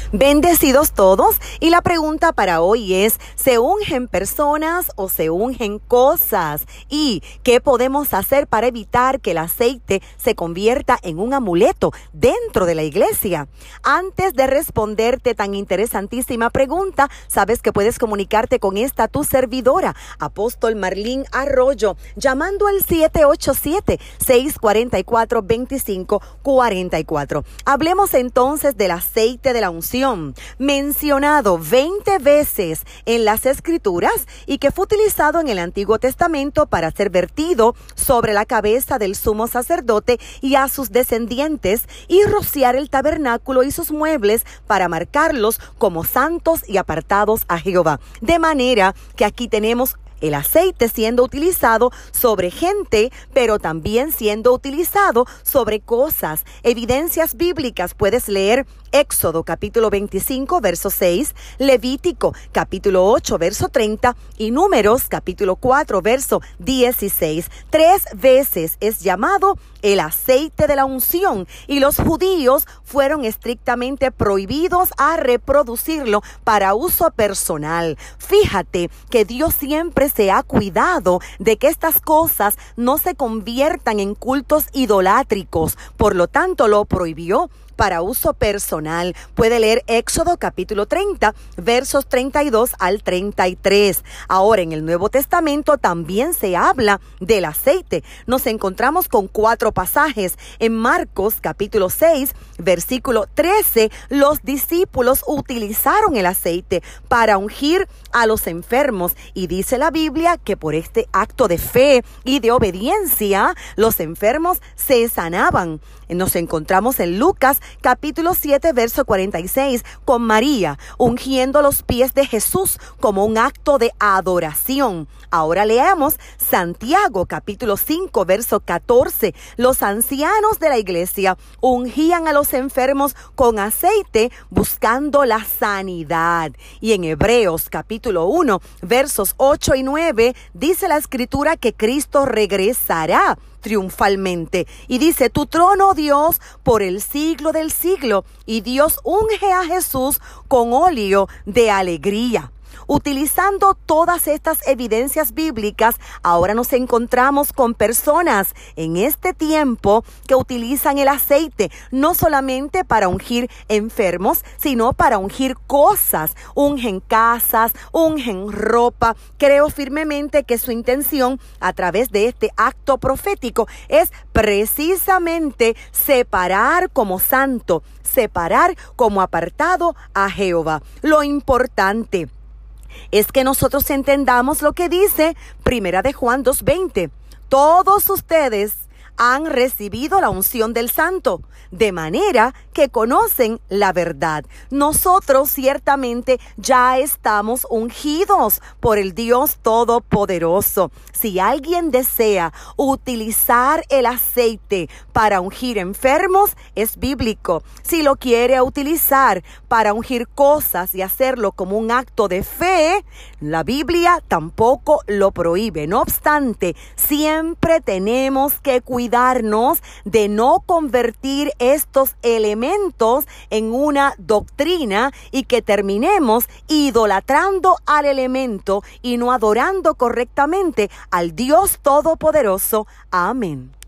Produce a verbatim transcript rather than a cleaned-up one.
Bendecidos todos, y la pregunta para hoy es: ¿se ungen personas o se ungen cosas? ¿Y qué podemos hacer para evitar que el aceite se convierta en un amuleto dentro de la iglesia? Antes de responderte tan interesantísima pregunta, sabes que puedes comunicarte con esta tu servidora, Apóstol Marlene Arroyo, llamando al siete ocho siete, seis cuatro cuatro, dos cinco cuatro cuatro. Hablemos entonces del aceite de la unción, mencionado veinte veces en las Escrituras y que fue utilizado en el Antiguo Testamento para ser vertido sobre la cabeza del sumo sacerdote y a sus descendientes, y rociar el tabernáculo y sus muebles para marcarlos como santos y apartados a Jehová. De manera que aquí tenemos el aceite siendo utilizado sobre gente, pero también siendo utilizado sobre cosas. Evidencias bíblicas puedes leer Éxodo capítulo veinticinco, verso seis, Levítico capítulo ocho, verso treinta y Números capítulo cuatro, verso dieciséis. Tres veces es llamado el aceite de la unción, y los judíos fueron estrictamente prohibidos a reproducirlo para uso personal. Fíjate que Dios siempre se ha cuidado de que estas cosas no se conviertan en cultos idolátricos, por lo tanto lo prohibió para uso personal. Puede leer Éxodo capítulo treinta, versos treinta y dos al treinta y tres. Ahora, en el Nuevo Testamento también se habla del aceite. Nos encontramos con cuatro pasajes. En Marcos capítulo seis, versículo trece, los discípulos utilizaron el aceite para ungir a los enfermos, y dice la Biblia que por este acto de fe y de obediencia los enfermos se sanaban. Nos encontramos en Lucas capítulo siete, verso cuarenta y seis, con María ungiendo los pies de Jesús como un acto de adoración. Ahora leamos Santiago capítulo cinco, verso catorce. Los ancianos de la iglesia ungían a los enfermos con aceite buscando la sanidad. Y en Hebreos capítulo uno, versos ocho y nueve, dice la escritura que Cristo regresará triunfalmente, y dice: tu trono, Dios, por el siglo del siglo. Y Dios unge a Jesús con óleo de alegría. Utilizando todas estas evidencias bíblicas, ahora nos encontramos con personas en este tiempo que utilizan el aceite no solamente para ungir enfermos, sino para ungir cosas. Ungen casas, ungen ropa. Creo firmemente que su intención a través de este acto profético es precisamente separar como santo, separar como apartado a Jehová. Lo importante es que nosotros entendamos lo que dice Primera de Juan dos veinte. Todos ustedes han recibido la unción del Santo, de manera que conocen la verdad. Nosotros ciertamente ya estamos ungidos por el Dios Todopoderoso. Si alguien desea utilizar el aceite para ungir enfermos, es bíblico. Si lo quiere utilizar para ungir cosas y hacerlo como un acto de fe, la Biblia tampoco lo prohíbe. No obstante, siempre tenemos que cuidar de no convertir estos elementos en una doctrina y que terminemos idolatrando al elemento y no adorando correctamente al Dios Todopoderoso. Amén.